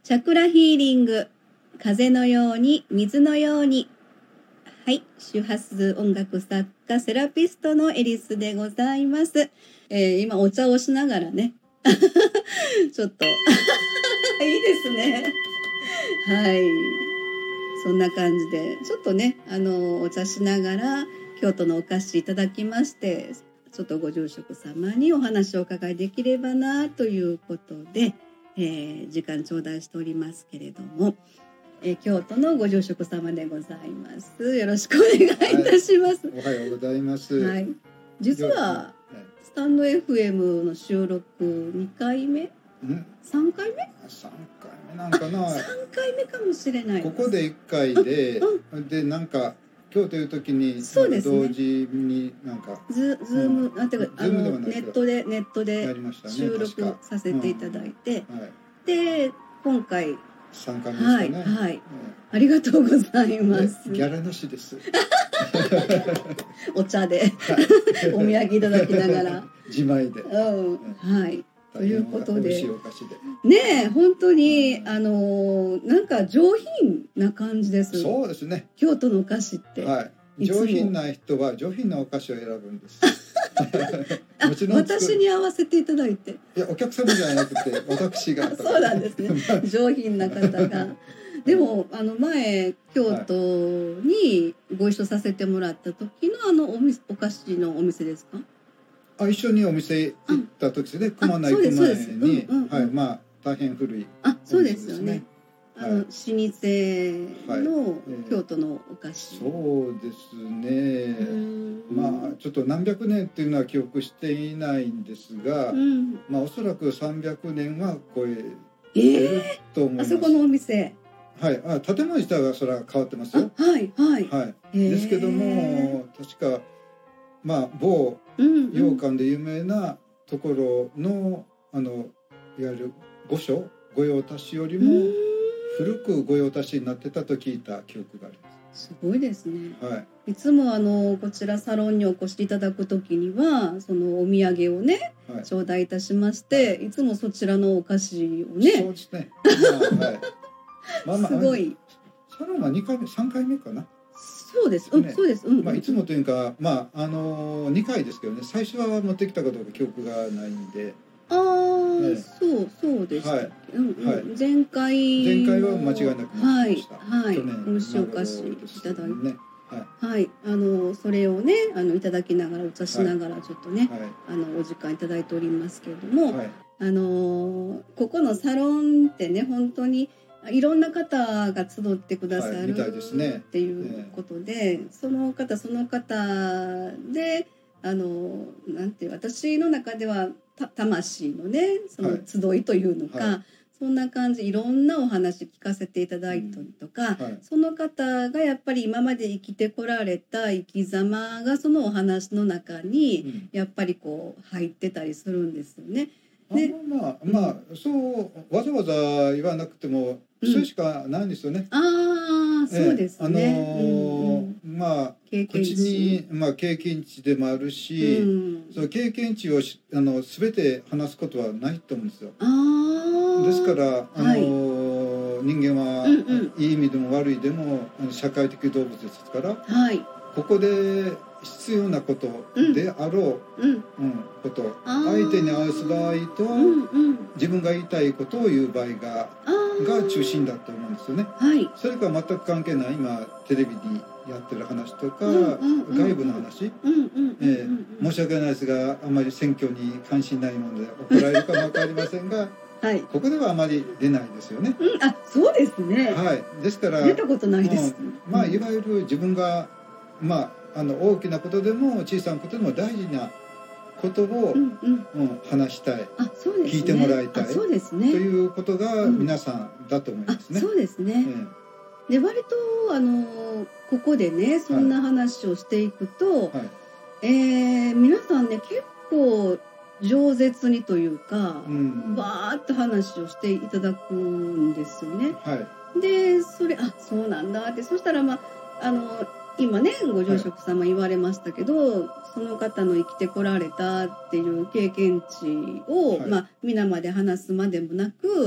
チャクラヒーリング、風のように水のように。はい、周波数音楽作家セラピストのエリスでございます。今お茶をしながらねちょっといいですね。はい、そんな感じでちょっとねお茶しながら京都のお菓子いただきまして、ちょっとご住職様にお話をお伺いできればなということで、時間頂戴しておりますけれども、京都のご住職様でございます。よろしくお願いいたします。 おはようございます。 はい、実はスタンド FM の収録2回目、3回目 ？3回目なんかな。 3回目かもしれない。 ここで1回で、でなんか今日という時に同時になんかズームなんていうかネットでやりましたね、 収録させていただいて、で今回 3回目ですかね。 はい、ありがとうございます。 ギャラなしです。 お茶でお土産いただきながら自前で、 はい。ということで、 ねえ本当になんか上品な感じです。 そうですね。 京都のお菓子って。 はい。上品な人は上品なお菓子を選ぶんです。 私に合わせていただいて。 いやお客様じゃなくて私が。 そうなんですね。上品な方が。でも前京都にご一緒させてもらった時のお菓子のお店ですか？ 一緒にお店行った時ですね。熊野行く前に、はいまあ大変古い。 そうですよね。老舗の京都のお菓子。 そうですね。まあちょっと何百年っていうのは記憶していないんですが、まあおそらく300年は超えると思います。 あそこのお店。 はい、建物自体はそれは変わってますよ。 はいはいはい。ですけども確かまあ某洋館で有名なところのいわゆる御所御用達よりも古く御用達になってたと聞いた記憶があります。 すごいですね。 はい。 いつもこちらサロンにお越しいただくときにはそのお土産をね、頂戴いたしまして、いつもそちらのお菓子をね。 そうですね。はい。 すごい。 サロンは2回目3回目かな。 そうです。そうです。 まあいつもというか2回ですけどね。最初は持ってきたかどうか記憶がないんで。 そうです。前回は間違いなく持ってきました。 はい。美味しいお菓子いただいて。はい。それをねいただきながらお茶しながらちょっとねお時間いただいておりますけれども、ここのサロンってね本当にいろんな方が集ってくださるっていうことで、その方でなんていう私の中では魂のねその集いというのか、そんな感じいろんなお話聞かせていただいたりとか、その方がやっぱり今まで生きてこられた生き様がそのお話の中にやっぱりこう入ってたりするんですよね。 まあそうわざわざ言わなくてもそれしかないんですよね。 そうですね。 まあ口に経験値でもあるし、その経験値を全て話すことはないと思うんですよ。ですから人間はいい意味でも悪いでも社会的動物ですから、ここで必要なことであろうこと、相手に合わす場合と自分が言いたいことを言う場合が中心だと思うんですよね。それから全く関係ない今テレビにやってる話とか外部の話、申し訳ないですがあまり選挙に関心ないもので怒られるかも分かりませんがここではあまり出ないですよね。 そうですね。 ですから出たことないです。 いわゆる自分が大きなことでも小さなことでも大事なことを話したい、聞いてもらいたいということが皆さんだと思いますね。 そうですね。で割とここでねそんな話をしていくと、皆さんね結構饒舌にというかバーッと話をしていただくんですよね。でそれそうなんだって、そしたら今ねご住職様言われましたけど、その方の生きてこられたっていう経験値を、皆まで話すまでもなく、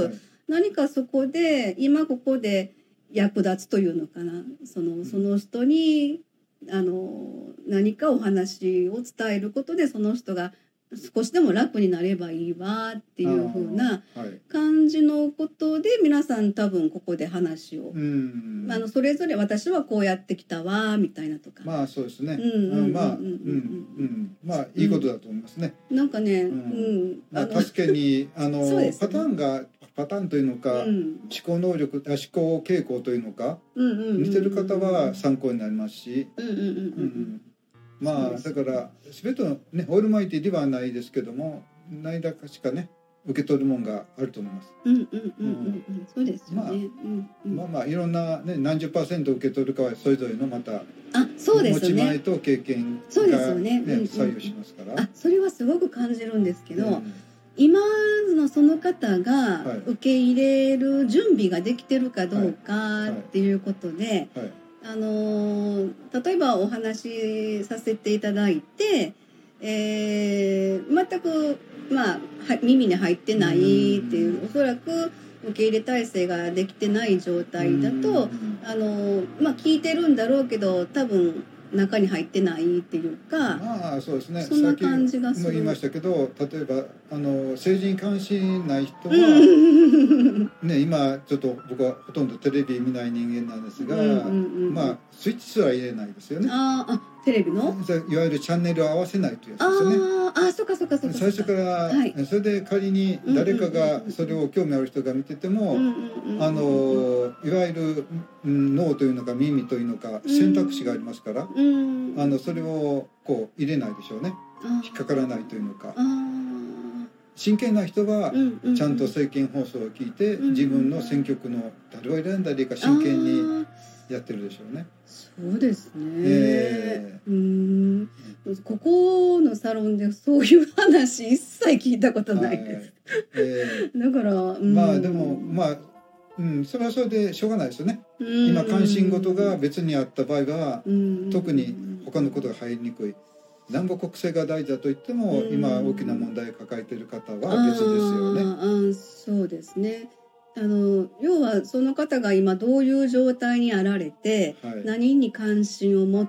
何かそこで今ここで役立つというのかな、その人に何かお話を伝えることでその人が少しでも楽になればいいわっていう風な感じのことで皆さん多分ここで話を、それぞれ私はこうやってきたわみたいなとか、 まあそうですね、まあいいことだと思いますね。 なんかね、 助けにパターンというのか、思考能力、思考傾向というのか、似てる方は参考になりますし、まあだから全てのねオールマイティではないですけども、何だかしかね受け取るもんがあると思います。 そうですよね。 まあいろんなね何十%受け取るかはそれぞれのまたそうですね、 持ち前と経験がね左右しますから。 それはすごく感じるんですけど、今のその方が受け入れる準備ができてるかどうかっていうことで、例えばお話しさせていただいて、全く耳に入ってないっていう、おそらく受け入れ体制ができてない状態だと、聞いてるんだろうけど多分中に入ってないっていうか、 そうですね、 そんな感じがする。 さっきも言いましたけど、例えば政治に関心ない人は、今ちょっと僕はほとんどテレビ見ない人間なんですが、スイッチすら入れないですよね。 テレビのいわゆるチャンネルを合わせないというやつですよね。 そうか最初から、それで仮に誰かがそれを興味ある人が見てても、いわゆる脳というのか耳というのか選択肢がありますから、それをこう入れないでしょうね。引っかからないというのか。真剣な人はちゃんと政見放送を聞いて、自分の選挙区の誰を選んだらいいか真剣にやってるでしょうね。 そうですね。ここのサロンでそういう話一切聞いたことないです。だからでもそれはそれでしょうがないですよね。今関心事が別にあった場合は特に他のことが入りにくい。南北国政が大事だと言っても今大きな問題を抱えている方は別ですよね。 そうですね。要はその方が今どういう状態にあられて、何に関心を持って、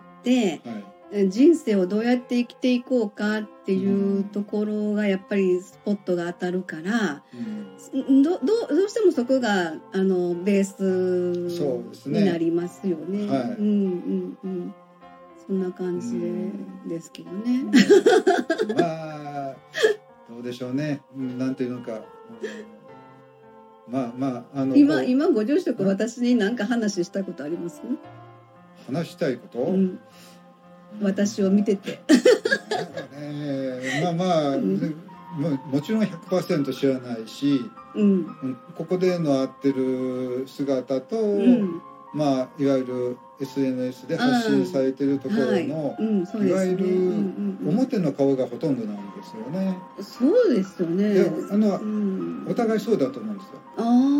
人生をどうやって生きていこうかっていうところがやっぱりスポットが当たるから、どうしてもそこがベースになりますよね。そんな感じですけどね。 どうでしょうね。なんていうのか。 今ご住職私に何か話したことあります？ 話したいこと？ 私を見てて。 もちろん 100% 知らないし、ここでの会ってる姿と、いわゆる SNS で発信されてるところの、いわゆる表の顔がほとんどなんですよね。 そうですよね。 お互いそうだと思うんですよ。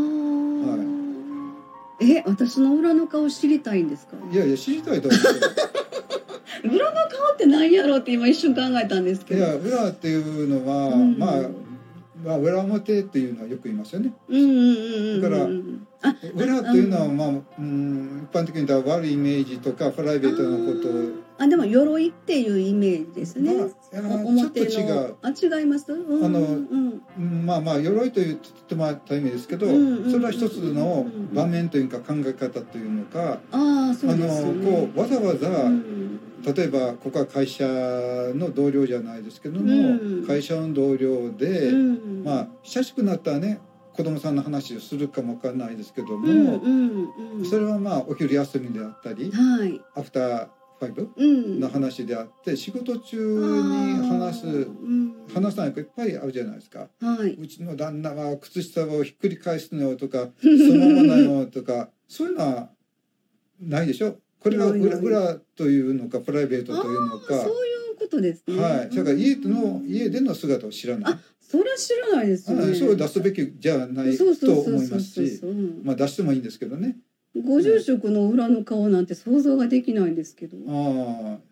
私の裏の顔知りたいんですか？ いや知りたいと思うんですよ。 裏の顔って何やろうって今一瞬考えたんですけど。 裏っていうのは、裏表っていうのはよく言いますよね。だから裏っていうのは一般的に言ったら悪いイメージとかプライベートなことをでも鎧っていうイメージですね。 ちょっと違う。 違います？ 鎧と言ってもらった意味ですけど、それは一つの場面というか考え方というのか、わざわざ例えばここは会社の同僚じゃないですけども、会社の同僚で親しくなったらね子供さんの話をするかもわからないですけども、それはお昼休みであったり、アフター5の話であって、仕事中に話さない子いっぱいあるじゃないですか。うちの旦那は靴下をひっくり返すのよとかそのままなよとかそういうのはないでしょ。これが裏というのかプライベートというのか。 そういうことですね。 だから家での姿を知らない。 それは知らないですよね。 それを出すべきじゃないと思いますし、出してもいいんですけどね。 ご住職の裏の顔なんて想像ができないんですけど。